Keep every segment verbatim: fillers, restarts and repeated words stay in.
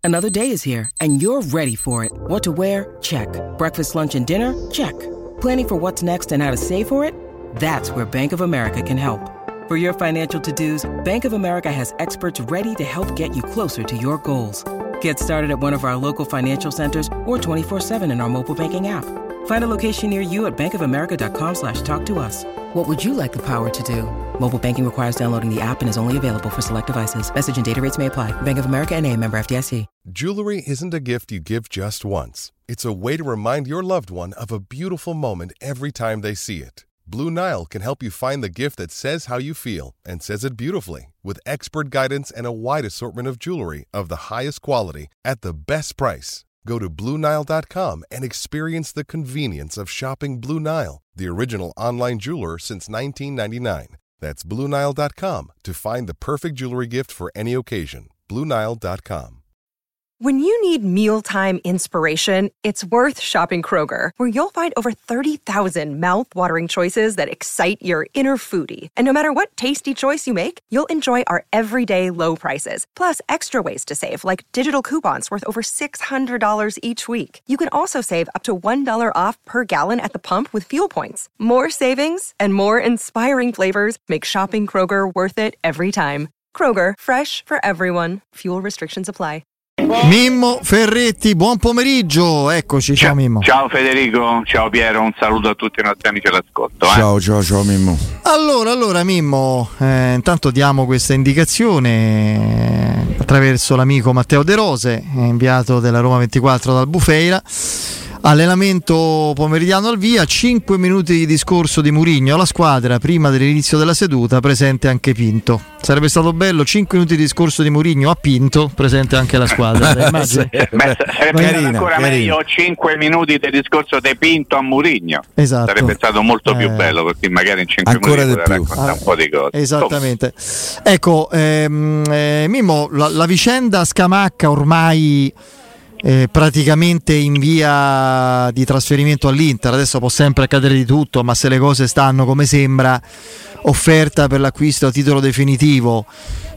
Another day is here, and you're ready for it. What to wear? Check. Breakfast, lunch, and dinner? Check. Planning for what's next and how to save for it? That's where Bank of America can help. For your financial to-dos, Bank of America has experts ready to help get you closer to your goals. Get started at one of our local financial centers or twenty-four seven in our mobile banking app. Find a location near you at bankofamerica.com slash talk to us. What would you like the power to do? Mobile banking requires downloading the app and is only available for select devices. Message and data rates may apply. Bank of America N A, member F D I C. Jewelry isn't a gift you give just once. It's a way to remind your loved one of a beautiful moment every time they see it. Blue Nile can help you find the gift that says how you feel and says it beautifully, with expert guidance and a wide assortment of jewelry of the highest quality at the best price. Go to Blue Nile dot com and experience the convenience of shopping Blue Nile, the original online jeweler since nineteen ninety-nine. That's Blue Nile dot com to find the perfect jewelry gift for any occasion. Blue Nile dot com. When you need mealtime inspiration, it's worth shopping Kroger, where you'll find over thirty thousand mouth-watering choices that excite your inner foodie. And no matter what tasty choice you make, you'll enjoy our everyday low prices, plus extra ways to save, like digital coupons worth over six hundred dollars each week. You can also save up to one dollar off per gallon at the pump with fuel points. More savings and more inspiring flavors make shopping Kroger worth it every time. Kroger, fresh for everyone. Fuel restrictions apply. Mimmo Ferretti, buon pomeriggio, eccoci, ciao, ciao Mimmo. Ciao Federico, ciao Piero, un saluto a tutti i nostri amici all'ascolto. Eh? Ciao, ciao, ciao Mimmo. Allora, allora Mimmo, eh, intanto diamo questa indicazione eh, attraverso l'amico Matteo De Rose, inviato della Roma ventiquattro dal Bufeira. Allenamento pomeridiano al via, cinque minuti di discorso di Mourinho alla squadra prima dell'inizio della seduta, presente anche Pinto. Sarebbe stato bello, cinque minuti di discorso di Mourinho a Pinto, presente anche la squadra. Sì, beh, sarebbe carina, ancora carina. Meglio cinque minuti di discorso di Pinto a Mourinho. Esatto. Sarebbe stato molto eh, più bello, così magari in cinque ancora minuti raccontare ah, un po' di cose. Esattamente. Oh. Ecco, ehm, eh, Mimmo, la, la vicenda Scamacca ormai Eh, praticamente in via di trasferimento all'Inter, adesso può sempre accadere di tutto, ma se le cose stanno come sembra, offerta per l'acquisto a titolo definitivo,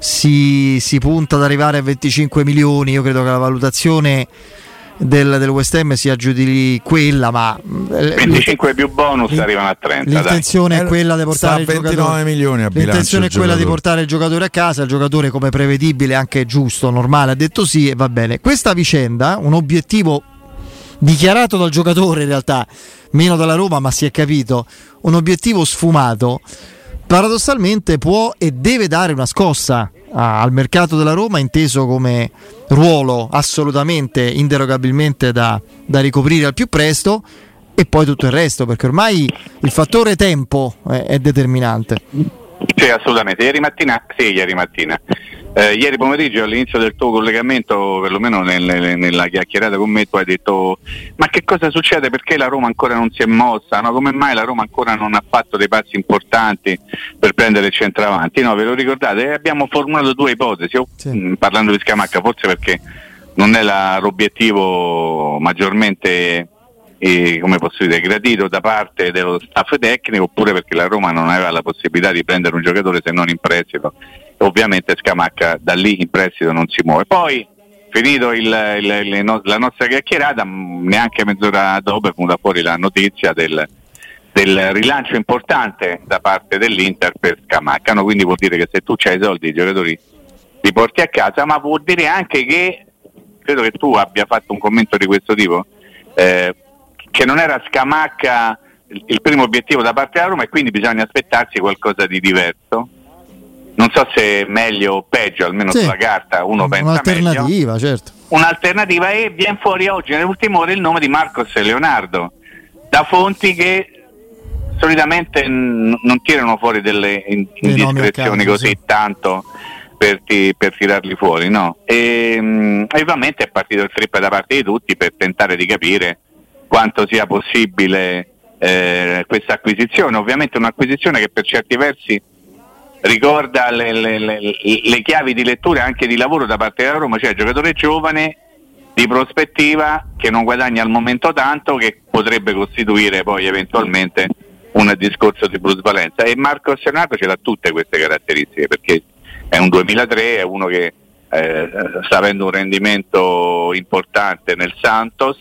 si, si punta ad arrivare a venticinque milioni. Io credo che la valutazione del, del West Ham sia giù di quella, ma venticinque più bonus arrivano a trenta. L'intenzione dai. è quella di portare il giocatore, milioni a l'intenzione è quella di portare il giocatore a casa. Il giocatore, come prevedibile, anche giusto, normale, ha detto sì e va bene. Questa vicenda, un obiettivo dichiarato dal giocatore, in realtà meno dalla Roma, ma si è capito, un obiettivo sfumato, paradossalmente può e deve dare una scossa al mercato della Roma, inteso come ruolo assolutamente inderogabilmente da, da ricoprire al più presto, e poi tutto il resto, perché ormai il fattore tempo è, è determinante. Sì, assolutamente. Ieri mattina, sì, ieri mattina. Eh, ieri pomeriggio, all'inizio del tuo collegamento, perlomeno nel, nella chiacchierata con me, tu hai detto: ma che cosa succede? Perché la Roma ancora non si è mossa? No? Come mai la Roma ancora non ha fatto dei passi importanti per prendere il centravanti? No, ve lo ricordate? Abbiamo formulato due ipotesi, sì. mh, parlando di Scamacca, forse perché non è la, l'obiettivo maggiormente, eh, come posso dire, gradito da parte dello staff tecnico, oppure perché la Roma non aveva la possibilità di prendere un giocatore se non in prestito. Ovviamente Scamacca da lì in prestito non si muove. Poi, finito il, il, il, la nostra chiacchierata, neanche mezz'ora dopo è venuta fuori la notizia del, del rilancio importante da parte dell'Inter per Scamacca, no? Quindi vuol dire che se tu c'hai i soldi, i giocatori li porti a casa, ma vuol dire anche che, credo che tu abbia fatto un commento di questo tipo, eh, che non era Scamacca il, il primo obiettivo da parte della Roma, e quindi bisogna aspettarsi qualcosa di diverso. Non so se è meglio o peggio, almeno sì, sulla carta uno pensa un'alternativa, meglio. Certo. Un'alternativa, e viene fuori oggi nelle ultime ore il nome di Marcos Leonardo, da fonti che solitamente n- non tirano fuori delle in- indiscrezioni caso, così sì. tanto per, ti- per tirarli fuori, no? E mh, ovviamente è partito il trip da parte di tutti per tentare di capire quanto sia possibile eh, questa acquisizione. Ovviamente un'acquisizione che per certi versi ricorda le, le, le, le chiavi di lettura anche di lavoro da parte della Roma, cioè giocatore giovane di prospettiva che non guadagna al momento tanto, che potrebbe costituire poi eventualmente un discorso di plusvalenza, e Marcos Leonardo ce l'ha tutte queste caratteristiche, perché è un duemilatré, è uno che eh, eh, sta avendo un rendimento importante nel Santos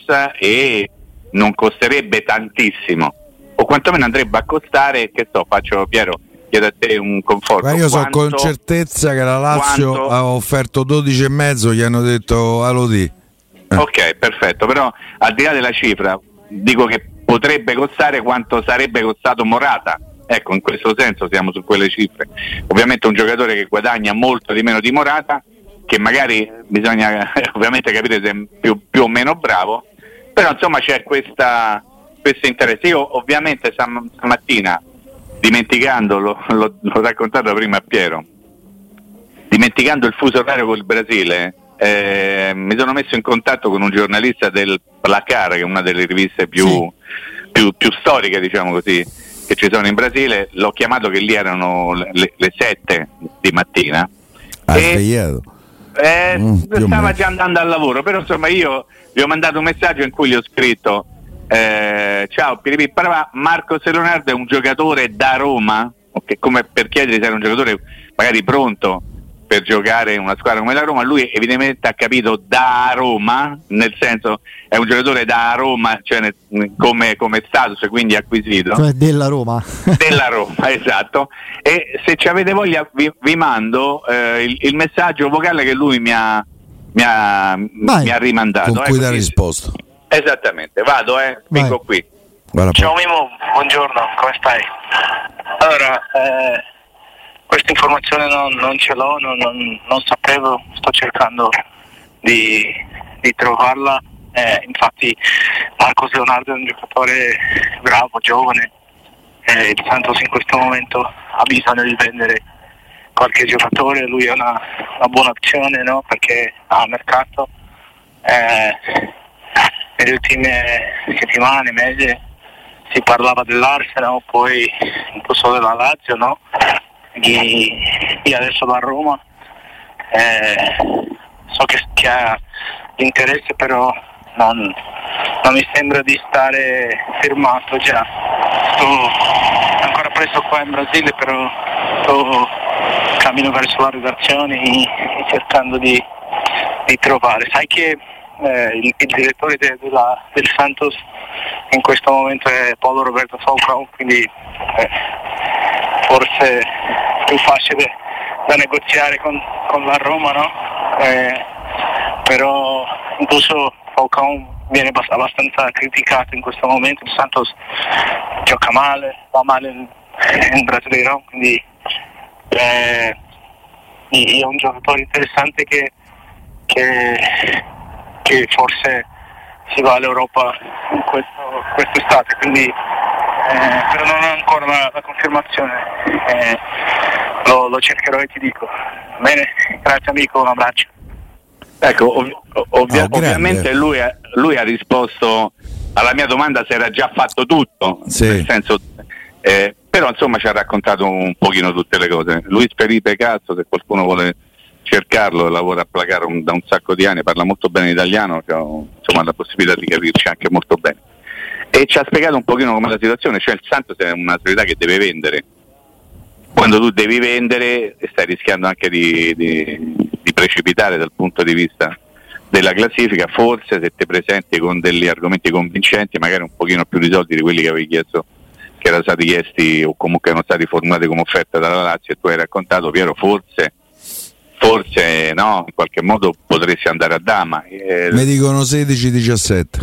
e non costerebbe tantissimo, o quantomeno andrebbe a costare, che so, faccio Piero, chiedo a te un conforto. Ma io so quanto, con certezza che la Lazio quanto, ha offerto dodici e mezzo, gli hanno detto Alodì. Eh. Ok, perfetto, però al di là della cifra dico che potrebbe costare quanto sarebbe costato Morata. Ecco, in questo senso siamo su quelle cifre. Ovviamente un giocatore che guadagna molto di meno di Morata, che magari bisogna ovviamente capire se è più, più o meno bravo, però insomma c'è questa questo interesse. Io ovviamente stam- stamattina, dimenticando, l'ho, l'ho, l'ho raccontato prima a Piero, dimenticando il fuso orario col Brasile, eh, mi sono messo in contatto con un giornalista del Placar, che è una delle riviste più, sì. più, più storiche, diciamo così, che ci sono in Brasile. L'ho chiamato che lì erano le, le sette di mattina. Ha svegliato? Eh, mm, stava già andando al lavoro, però insomma io gli ho mandato un messaggio in cui gli ho scritto eh, ciao Piripì, Marcos Leonardo è un giocatore da Roma, okay, come per chiedere se era un giocatore magari pronto per giocare in una squadra come la Roma. Lui evidentemente ha capito da Roma, nel senso è un giocatore da Roma, cioè nel, come, come status, quindi acquisito, cioè della Roma della Roma, esatto. E se ci avete voglia vi, vi mando eh, il, il messaggio vocale che lui mi ha mi ha, mi ha rimandato, con cui eh, dà risposta. Esattamente, vado, eh, vengo qui. Guarda, ciao Mimo, buongiorno, come stai? Allora, eh, questa informazione non, non ce l'ho, non, non, non sapevo, sto cercando di, di trovarla. Eh, infatti Marcos Leonardo è un giocatore bravo, giovane, eh, il Santos in questo momento ha bisogno di vendere qualche giocatore, lui è una, una buona opzione, no? Perché ha mercato. Eh, nelle ultime settimane, mesi si parlava dell'Arsenal, poi incluso della Lazio, no? E, e adesso da Roma. Eh, so che, che ha interesse, però non, non mi sembra di stare firmato già. Sto ancora presto qua in Brasile, però sto cammino verso la redazione e, e cercando di, di trovare. Sai che eh, il, il direttore de, de la, del Santos in questo momento è Paulo Roberto Falcão, quindi eh, forse è più facile da negoziare con, con la Roma, no? Eh, però incluso Falcão viene abbastanza criticato in questo momento. Il Santos gioca male, va male in, in Brasile, no? Quindi eh, è un giocatore interessante che, che, che forse si va all'Europa in questo, quest'estate, quindi eh, però non ho ancora la, la confermazione, eh, lo, lo cercherò e ti dico. Bene, grazie amico, un abbraccio. Ecco, ov- ovvia- oh, ovviamente lui ha, lui ha risposto alla mia domanda se era già fatto tutto, sì. Nel senso, eh, però insomma ci ha raccontato un pochino tutte le cose. Luis Felipe Cazzo, se qualcuno vuole cercarlo, lavora a Placar un, da un sacco di anni, parla molto bene italiano, cioè, insomma, ha la possibilità di capirci anche molto bene. E ci ha spiegato un pochino come la situazione, cioè il Santos è una società che deve vendere. Quando tu devi vendere stai rischiando anche di, di, di precipitare dal punto di vista della classifica. Forse se ti presenti con degli argomenti convincenti, magari un pochino più risolti di quelli che avevi chiesto, che erano stati chiesti o comunque erano stati formulati come offerta dalla Lazio, e tu hai raccontato, Piero, forse forse no, in qualche modo potresti andare a dama. Eh, mi dicono sedici diciassette.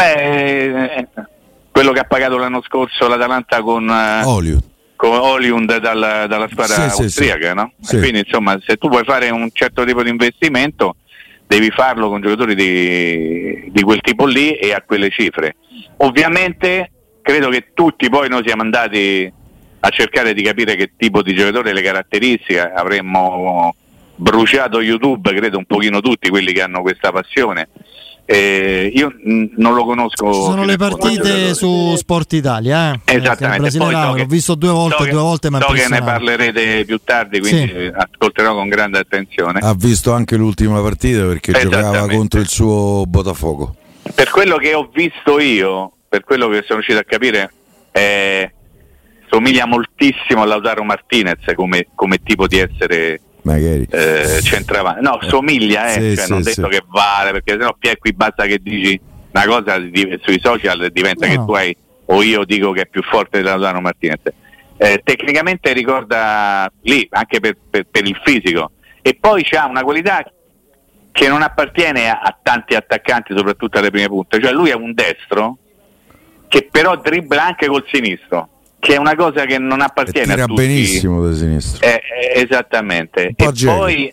Beh, eh, quello che ha pagato l'anno scorso l'Atalanta con eh, Olio. con Oliund dalla, dalla squadra sì, austriaca, sì, no? sì. Quindi insomma, se tu vuoi fare un certo tipo di investimento devi farlo con giocatori di, di quel tipo lì e a quelle cifre. Ovviamente credo che tutti poi noi siamo andati a cercare di capire che tipo di giocatore, le caratteristiche, avremmo bruciato YouTube, credo un pochino tutti quelli che hanno questa passione. Eh, io mh, non lo conosco. Ci sono le partite su Sport Italia, eh? Esattamente. Poi so l'ho visto due volte, so che, due volte mi so che ne impressionato. parlerete più tardi, quindi sì. ascolterò con grande attenzione. Ha visto anche l'ultima partita perché giocava contro il suo Botafogo. Per quello che ho visto io, per quello che sono riuscito a capire, eh, somiglia moltissimo a Lautaro Martinez come, come tipo di essere magari eh, centravanti. No, somiglia, eh, sì, cioè, sì, non sì. detto che vale, perché sennò Pier qui basta che dici una cosa di, sui social diventa no. che tu hai, o io dico che è più forte di Lautaro Martinez. Eh, tecnicamente ricorda lì, anche per, per, per il fisico, e poi c'ha una qualità che non appartiene a, a tanti attaccanti, soprattutto alle prime punte, cioè lui è un destro che però dribbla anche col sinistro, che è una cosa che non appartiene e tira a tutti. benissimo da sinistra. Eh, eh, esattamente. po' E Dzeko. poi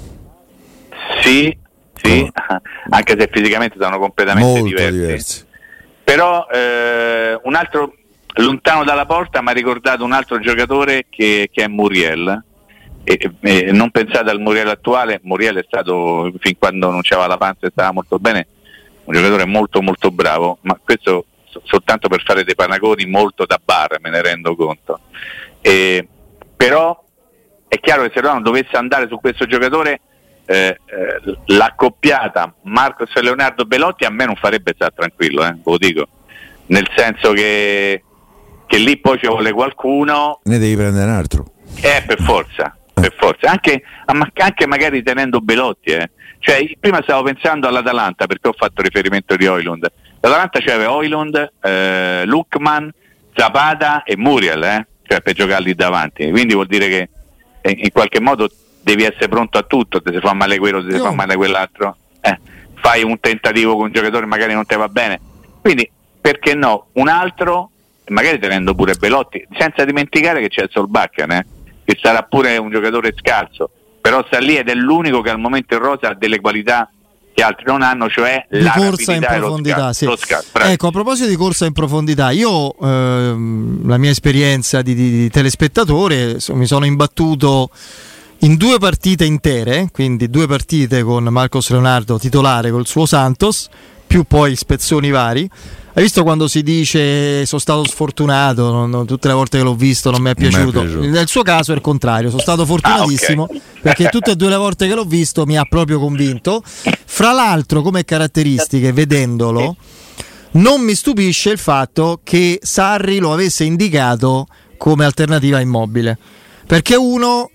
sì, sì, anche se fisicamente sono completamente Molto diversi. diversi. Però eh, un altro lontano dalla porta mi ha ricordato un altro giocatore che, che è Muriel. E, e non pensate al Muriel attuale, Muriel è stato, fin quando non c'aveva la panza e stava molto bene, un giocatore molto molto bravo, ma questo so, soltanto per fare dei paragoni molto da bar, me ne rendo conto. E, però è chiaro che se Roma dovesse andare su questo giocatore, eh, eh, l'accoppiata Marcos e Leonardo Belotti a me non farebbe stare tranquillo, eh, ve lo dico, nel senso che, che lì poi ci vuole qualcuno, Ne devi prendere un altro. eh, per forza, per forza, anche, anche magari tenendo Belotti, eh. Cioè, prima stavo pensando all'Atalanta perché ho fatto riferimento di Højlund. L'Atalanta c'aveva Højlund, eh, Lookman, Zapata e Muriel, eh, cioè per giocarli davanti, quindi vuol dire che eh, in qualche modo devi essere pronto a tutto, se si fa male quello, se si fa male quell'altro, eh, fai un tentativo con un giocatore magari non te va bene, quindi perché no, un altro, magari tenendo pure Belotti, senza dimenticare che c'è il Solbakken, eh, che sarà pure un giocatore scarso, però sta lì ed è l'unico che al momento in rosa ha delle qualità che altri non hanno, cioè di la corsa in rapidità profondità, e sì. lo scarso, lo scarso. Ecco, a proposito di corsa in profondità, io ehm, la mia esperienza di, di, di telespettatore, so, mi sono imbattuto in due partite intere, quindi due partite con Marcos Leonardo titolare col suo Santos, più poi spezzoni vari. Hai visto quando si dice sono stato sfortunato, non, non, tutte le volte che l'ho visto non mi è piaciuto. piaciuto. Nel suo caso è il contrario, sono stato fortunatissimo, ah, okay. Perché tutte e due le volte che l'ho visto mi ha proprio convinto. Fra l'altro, come caratteristiche, vedendolo, non mi stupisce il fatto che Sarri lo avesse indicato come alternativa a Immobile, perché uno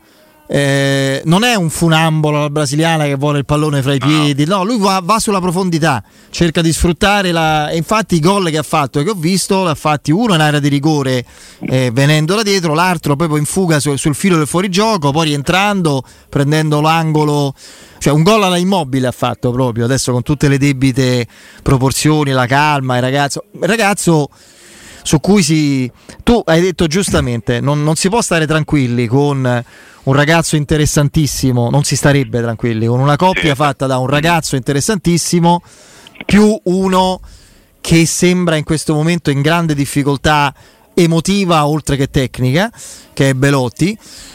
Eh, non è un funambolo la brasiliana che vuole il pallone fra i piedi, no, lui va, va sulla profondità, cerca di sfruttare la, e infatti i gol che ha fatto e che ho visto l'ha fatti uno in area di rigore eh, venendo da dietro, l'altro proprio in fuga sul, sul filo del fuorigioco, poi rientrando prendendo l'angolo, cioè un gol alla Immobile ha fatto proprio adesso con tutte le debite proporzioni, la calma, il ragazzo il ragazzo su cui si tu hai detto giustamente non, non si può stare tranquilli con un ragazzo interessantissimo, non si starebbe tranquilli con una coppia fatta da un ragazzo interessantissimo più uno che sembra in questo momento in grande difficoltà emotiva oltre che tecnica, che è Belotti.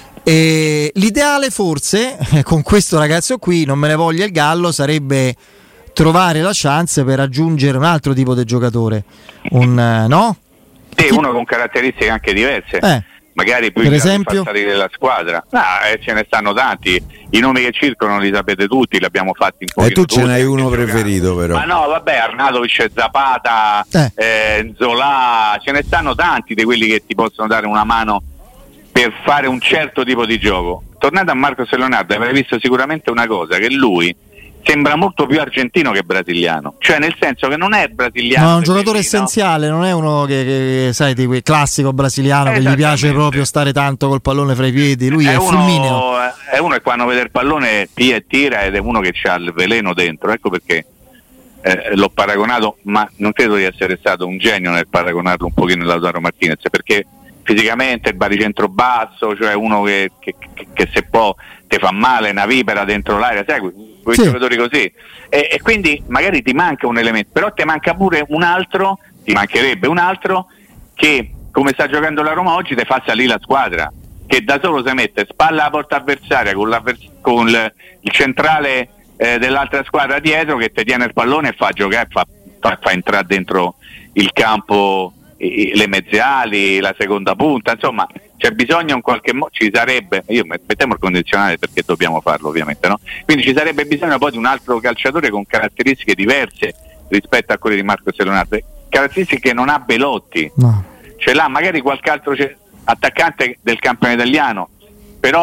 E l'ideale forse con questo ragazzo qui, non me ne voglia il gallo, sarebbe trovare la chance per raggiungere un altro tipo di giocatore, un no? Sì, uno con caratteristiche anche diverse. Eh. Magari più per esempio far salire la squadra, no, eh, ce ne stanno tanti, i nomi che circolano li sapete tutti, li abbiamo fatti in e tu ce tutti, n'hai uno preferito giocare. Però ma no vabbè, Arnautovic, Zapata, eh. Eh, Zola, ce ne stanno tanti di quelli che ti possono dare una mano per fare un certo tipo di gioco. Tornando a Marcos Leonardo, avrei visto sicuramente una cosa, che lui sembra molto più argentino che brasiliano, cioè nel senso che non è brasiliano, no, è un giocatore essenziale, non è uno che, che sai di quel classico brasiliano che gli piace proprio stare tanto col pallone fra i piedi, lui è, è fulmineo, è uno che quando vede il pallone tira e tira ed è uno che ha il veleno dentro, ecco perché eh, l'ho paragonato, ma non credo di essere stato un genio nel paragonarlo un pochino a Lautaro Martinez, perché fisicamente il baricentro basso, cioè uno che, che, che, che se può te fa male, una vipera dentro l'aria, sai, quei sì. giocatori così, e, e quindi magari ti manca un elemento, però ti manca pure un altro, ti mancherebbe un altro che come sta giocando la Roma oggi ti fa salire la squadra, che da solo si mette spalla alla porta avversaria con, con il, il centrale eh, dell'altra squadra dietro che ti tiene il pallone e fa giocare, fa, fa, fa entrare dentro il campo le mezze ali, la seconda punta, insomma c'è bisogno in qualche modo, ci sarebbe, io mettiamo il condizionale perché dobbiamo farlo ovviamente, no? Quindi ci sarebbe bisogno poi di un altro calciatore con caratteristiche diverse rispetto a quelle di Marcos Leonardo, caratteristiche che non ha Belotti, no. Ce l'ha magari qualche altro attaccante del campione italiano, però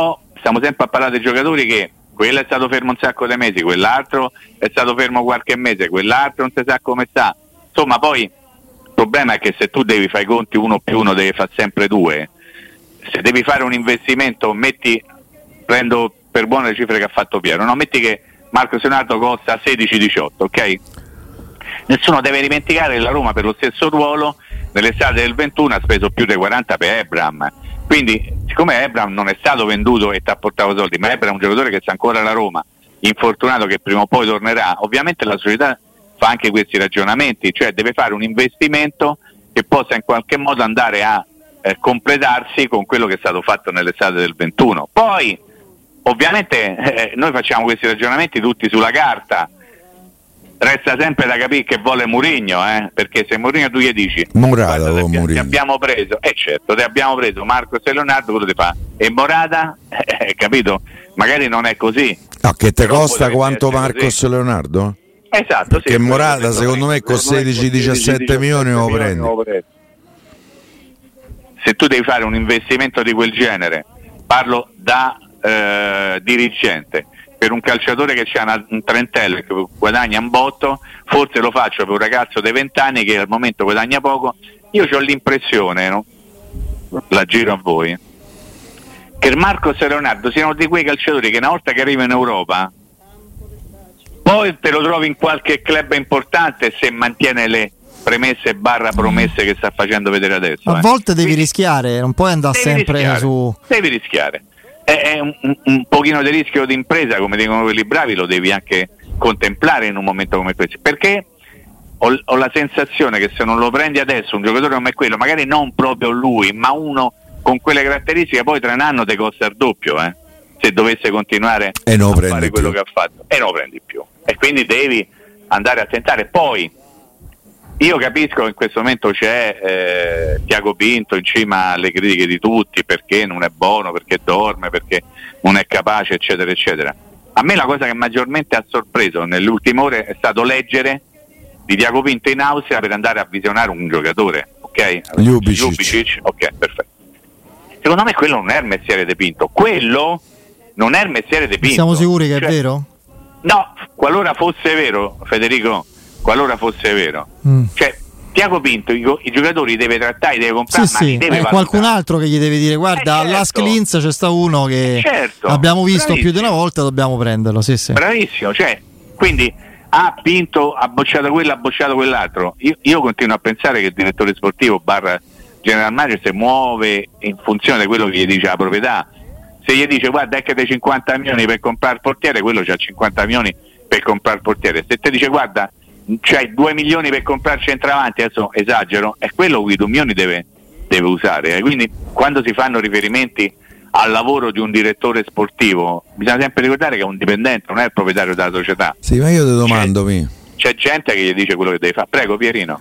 stiamo sempre a parlare dei giocatori che quello è stato fermo un sacco di mesi, quell'altro è stato fermo qualche mese, quell'altro non si sa come sta. Insomma, poi il problema è che se tu devi fare i conti uno più uno devi fare sempre due. Se devi fare un investimento, metti, prendo per buone le cifre che ha fatto Piero, no? Metti che Marcos Leonardo costa sedici diciotto, ok? Nessuno deve dimenticare che la Roma per lo stesso ruolo nell'estate del ventuno ha speso più dei quaranta per Ebram. Quindi, siccome Ebram non è stato venduto e ti ha portato soldi, ma Ebram è un giocatore che sta ancora alla Roma, infortunato, che prima o poi tornerà, ovviamente la società fa anche questi ragionamenti, cioè deve fare un investimento che possa in qualche modo andare a eh, completarsi con quello che è stato fatto nell'estate del ventuno. Poi, ovviamente, eh, noi facciamo questi ragionamenti tutti sulla carta. Resta sempre da capire che vuole Mourinho, eh? Perché se Mourinho tu gli dici Morata o ti, Mourinho, ti abbiamo preso, eh certo, ti abbiamo preso Marcos e Leonardo, quello ti fa, e Morata, eh, capito? Magari non è così. No, che te costa quanto Marcos e Leonardo? Esatto, perché sì. Morata secondo me con sedici diciassette milioni lo prendi. Se tu devi fare un investimento di quel genere, parlo da eh, dirigente, per un calciatore che c'ha una, un trentello e che guadagna un botto, forse lo faccio per un ragazzo dei vent'anni che al momento guadagna poco. Io ho l'impressione, no? La giro a voi, che Marcos e Leonardo siano di quei calciatori che una volta che arrivano in Europa poi te lo trovi in qualche club importante se mantiene le premesse barra promesse che sta facendo vedere adesso. A eh. volte devi Quindi, rischiare, non puoi andare sempre rischiare, su... Devi rischiare. È un, un, un pochino di rischio di impresa, come dicono quelli bravi, lo devi anche contemplare in un momento come questo, perché ho, ho la sensazione che se non lo prendi adesso un giocatore come quello, magari non proprio lui, ma uno con quelle caratteristiche, poi tra un anno ti costa il doppio, eh? Se dovesse continuare e non a fare quello più. che ha fatto, e non lo prendi più, e quindi devi andare a tentare. Poi io capisco che in questo momento c'è eh, Tiago Pinto in cima alle critiche di tutti, perché non è buono, perché dorme, perché non è capace, eccetera eccetera. A me la cosa che maggiormente ha sorpreso nelle ultime ore è stato leggere di Tiago Pinto in Austria per andare a visionare un giocatore, ok? Ljubicic. Ljubicic, ok, perfetto. Secondo me quello non è il mestiere di Pinto, quello non è il mestiere di Pinto. Siamo sicuri che cioè, è vero? No, qualora fosse vero, Federico, qualora fosse vero, mm. cioè Tiago Pinto i, i giocatori deve trattare, deve comprare, sì, ma sì. deve è qualcun altro che gli deve dire guarda, eh, certo. all'Ask Linz c'è sta uno che eh, certo. abbiamo visto Bravissimo. più di una volta, dobbiamo prenderlo. Sì, sì. Bravissimo, cioè, quindi ha Pinto, ha bocciato quello, ha bocciato quell'altro. Io, io continuo a pensare che il direttore sportivo barra general manager si muove in funzione di quello che gli dice la proprietà. Se gli dice guarda, ecco dei cinquanta milioni per comprare il portiere, quello c'ha cinquanta milioni per comprare il portiere. Se te dice guarda, c'hai due milioni per comprare il centravanti, adesso esagero, è quello che i due milioni deve, deve usare. Quindi quando si fanno riferimenti al lavoro di un direttore sportivo bisogna sempre ricordare che è un dipendente, non è il proprietario della società. Sì, ma io ti domando, c'è, mi. c'è gente che gli dice quello che deve fare. Prego Pierino.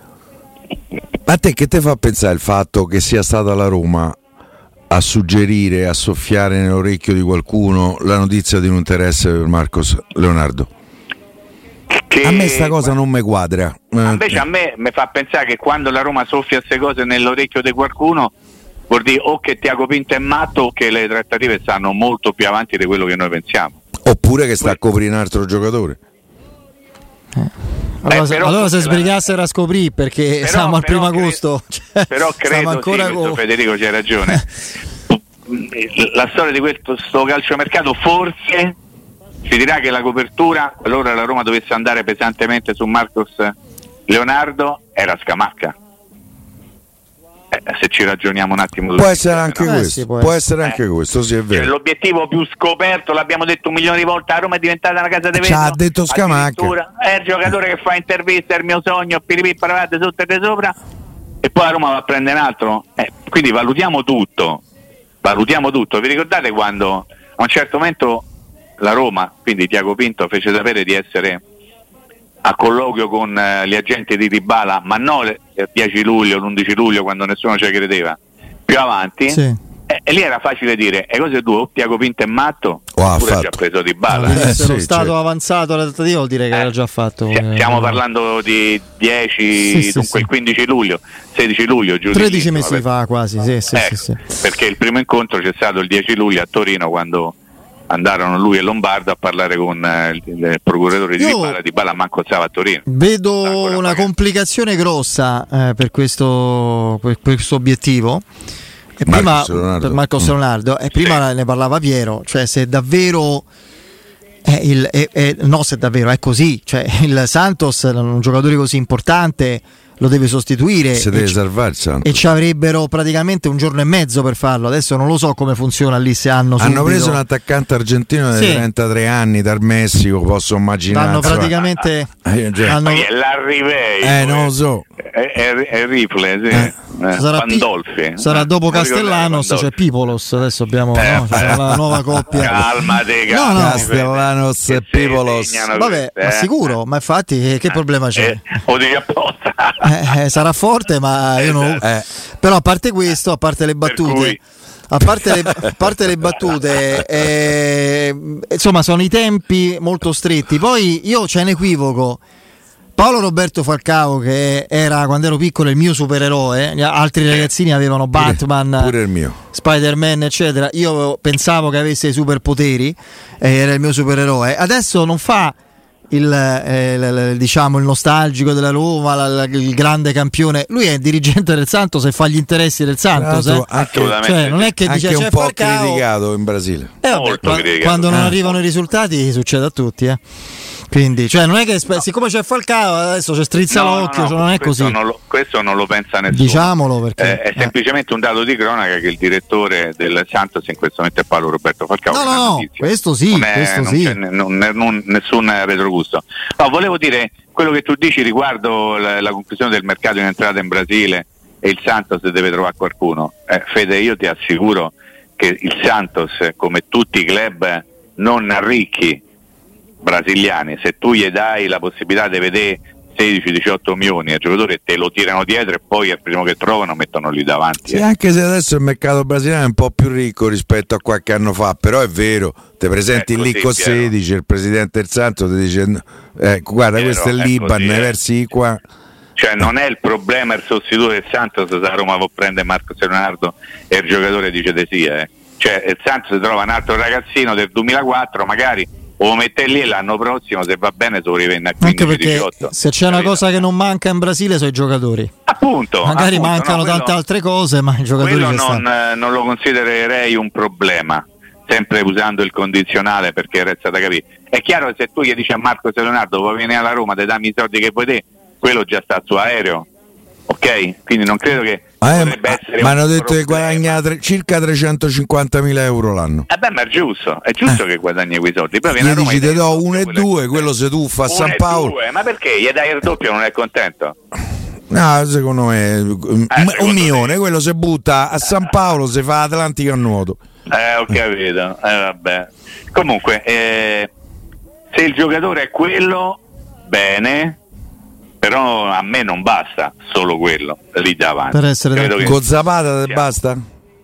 A te che te fa pensare il fatto che sia stata la Roma a suggerire, a soffiare nell'orecchio di qualcuno la notizia di un interesse per Marcos Leonardo? Che, a me sta cosa non mi quadra. Invece a me mi fa pensare che quando la Roma soffia queste cose nell'orecchio di qualcuno vuol dire o che Tiago Pinto è matto o che le trattative stanno molto più avanti di quello che noi pensiamo. Oppure che sta a coprire un altro giocatore. Eh. Allora, eh, allora se la... sbrigassero a scoprire, perché però, siamo al primo cre... agosto, cioè, però credo ancora sì, con... Federico c'hai ragione. La storia di questo sto calciomercato forse si dirà che la copertura, qualora la Roma dovesse andare pesantemente su Marcos Leonardo, era Scamacca. Eh, se ci ragioniamo un attimo, può essere anche no? questo, eh, sì, può, può essere anche eh. questo, sì, è vero. Cioè, l'obiettivo più scoperto, l'abbiamo detto un milione di volte, a Roma è diventata una casa di vetro. Ci ha detto Scamacca. È il giocatore che fa interviste, è il mio sogno, piripì, paravate sotto e di sopra, e poi la Roma va a prendere un altro. Eh, quindi valutiamo tutto, valutiamo tutto. Vi ricordate quando a un certo momento la Roma, quindi Tiago Pinto, fece sapere di essere a colloquio con eh, gli agenti di Dybala, ma non il dieci luglio, l'undici luglio, quando nessuno ci credeva, più avanti, sì. e, e lì era facile dire e cose due, o Tiago Pinto è matto oh, oppure ha già preso Dybala. No, eh, se lo sì, stato certo. avanzato alla trattativa vuol dire che eh, l'ha già fatto. Stiamo eh, parlando di dieci, sì, dunque sì, il quindici luglio, sedici luglio, giù tredici mesi fa quasi, sì, sì, ecco, sì, sì. perché il primo incontro c'è stato il dieci luglio a Torino, quando andarono lui e Lombardo a parlare con eh, il, il procuratore di Dybala. Dybala manco stava a Torino. Vedo una pagando. complicazione grossa eh, per, questo, per questo obiettivo. E prima per Marcos Leonardo, e prima ne parlava Piero, cioè se davvero è il, è, è, no se davvero è così, cioè il Santos, un giocatore così importante, lo deve sostituire, si deve salvare il Santos, e ci avrebbero praticamente un giorno e mezzo per farlo. Adesso non lo so come funziona lì, se hanno hanno subito... preso un attaccante argentino di sì. trentatré anni dal Messico, posso immaginare. Hanno praticamente eh, hanno... l'arrivei eh non lo so è, è, è Ripley, sì. eh. Eh, sarà, Pandolfi. sarà dopo Castellanos, c'è Pipolos, adesso abbiamo eh, no? C'è la nuova coppia. Calmate, no, no. Castellanos e Pipolos. Vabbè, queste, ma eh. sicuro, ma infatti che, che problema c'è? Eh, o devi apposta. Eh, eh, sarà forte, ma io non... eh. Però a parte questo, a parte le battute, cui... a parte le, a parte le battute, eh, insomma, sono i tempi molto stretti. Poi io c'è un equivoco. Paolo Roberto Falcao, che era quando ero piccolo il mio supereroe, gli altri ragazzini avevano Batman, pure, pure il mio. Spider-Man, eccetera. Io pensavo che avesse i superpoteri, eh, era il mio supereroe. Adesso non fa il, eh, l, l, diciamo il nostalgico della Roma, la, la, il grande campione. Lui è il dirigente del Santos e fa gli interessi del Santos. Eh? Anche, cioè, non è che anche dice un c'è po' Falcao, criticato in Brasile. Eh, vabbè, quando, quando non arrivano i risultati succede a tutti, eh. Quindi, cioè, non è che no. siccome c'è Falcao adesso c'è strizza no, l'occhio, no, no, cioè, non è questo così. Non lo, questo non lo pensa nessuno. Diciamolo perché eh, è semplicemente un dato di cronaca che il direttore del Santos in questo momento è Paolo Roberto Falcao. No, no, no, questo sì, non è, questo non sì. C'è non, non, nessun retrogusto. No, volevo dire quello che tu dici riguardo la, la conclusione del mercato in entrata in Brasile e il Santos deve trovare qualcuno. Eh, Fede, io ti assicuro che il Santos, come tutti i club non ricchi brasiliani, se tu gli dai la possibilità di vedere sedici diciotto milioni al giocatore, te lo tirano dietro e poi al primo che trovano mettono lì davanti. Sì, eh. anche se adesso il mercato brasiliano è un po' più ricco rispetto a qualche anno fa, però è vero, te presenti lì con sedici, il presidente del Santos ti dice eh, guarda Piero, questo è il Liban, ne versi qua. Cioè non è il problema il sostituto del Santos se a Roma può prendere Marcos Leonardo e il giocatore dice di sì, eh. Cioè il Santos trova un altro ragazzino del duemilaquattro magari o lo mette lì e l'anno prossimo se va bene sopravviene a quindici anche perché diciotto. Se c'è una cosa che non manca in Brasile sono i giocatori, appunto magari appunto, mancano no, quello, tante altre cose, ma i giocatori quello ci non, eh, non lo considererei un problema, sempre usando il condizionale perché resta da capire. È chiaro che se tu gli dici a Marcos Leonardo vuoi venire alla Roma, ti dammi i soldi che vuoi te, quello già sta su aereo, ok? Quindi non credo che ah, eh, ma hanno detto che guadagna tre, circa trecentocinquantamila euro l'anno. Eh beh, ma è giusto, è giusto eh. che guadagni quei soldi. Poi viene a Roma, dici ti do uno e due, quello se tu fa a San Paolo. Due. Ma perché? Gli dai il doppio, non è contento? No, secondo me eh, un, un milione, te. Quello si butta a San Paolo, si fa Atlantico a nuoto. Eh, ho capito. Eh, vabbè. Comunque, eh, se il giocatore è quello, bene. Però a me non basta solo quello lì davanti. Per essere che con Zapata te basta?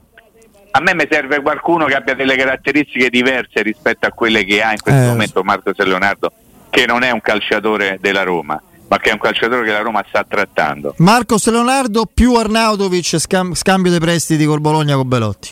A me mi serve qualcuno che abbia delle caratteristiche diverse rispetto a quelle che ha in questo eh. momento Marcos Leonardo, che non è un calciatore della Roma, ma che è un calciatore che la Roma sta trattando. Marcos Leonardo più Arnautovic, scam- scambio dei prestiti col Bologna con Belotti.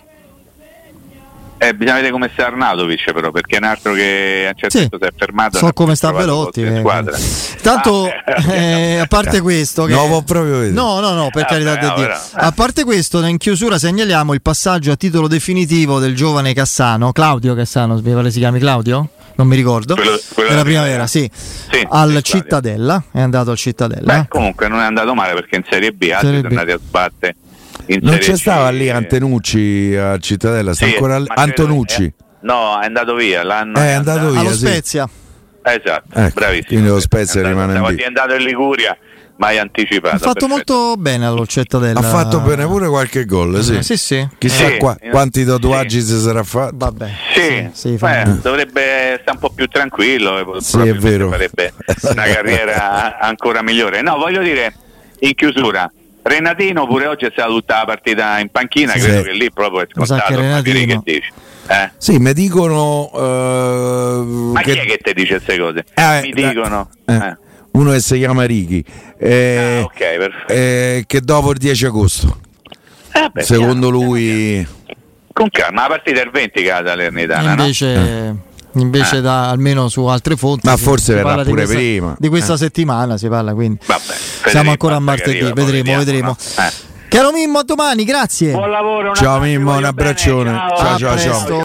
Eh, bisogna vedere come sta Arnautovic però, perché è un altro che a un certo sì. punto si è fermato. So come sta Belotti. Eh. Tanto ah, eh, a parte questo, che... no, proprio vedere. no, no, no, per ah, carità di Dio. Però. A parte questo, in chiusura segnaliamo il passaggio a titolo definitivo del giovane Cassano, Claudio Cassano, mi pare si chiami Claudio? Non mi ricordo. Quello, quello della primavera, sì. sì al sì, Cittadella, è andato al Cittadella. Beh, comunque non è andato male perché in Serie B altri sono andati a sbattere. Non c'è stava lì Antenucci a Cittadella, sta sì, ancora Antonucci. È, no, è andato via, l'anno è, è andato, andato via allo sì. Spezia. Esatto, ecco, bravissimo. Quindi lo Spezia è rimane in B. È andato in Liguria, ma è anticipato. Ha fatto perfetto. molto bene allo Cittadella. Ha fatto bene pure qualche gol, sì. Sì, sì. Chissà sì, qua, quanti tatuaggi sì. si sarà fatto. Vabbè. Sì, sì, sì Beh, dovrebbe stare un po' più tranquillo, sì, è vero. farebbe una carriera ancora migliore. No, voglio dire, in chiusura, Renatino pure oggi è stata tutta la partita in panchina, sì. Credo che lì proprio è scontato, ma che dici? Eh? Sì, mi dicono uh, ma che... chi è che ti dice queste cose? Eh, mi dicono eh, eh. Uno che si chiama Righi eh, ah, okay, eh, che dopo il dieci agosto eh, beh, secondo piano, lui piano. Con calma, la partita è il venti che la Salernitana, invece, no? invece eh. da, almeno su altre fonti, ma si, forse si verrà parla pure di questa, prima di questa eh. settimana si parla, quindi Vabbè, siamo ancora a martedì, arriva, vedremo, vediamo, vedremo. No? Eh. Caro Mimmo, a domani, grazie. Buon lavoro, ciao Mimmo, un abbraccione, ciao ciao ciao.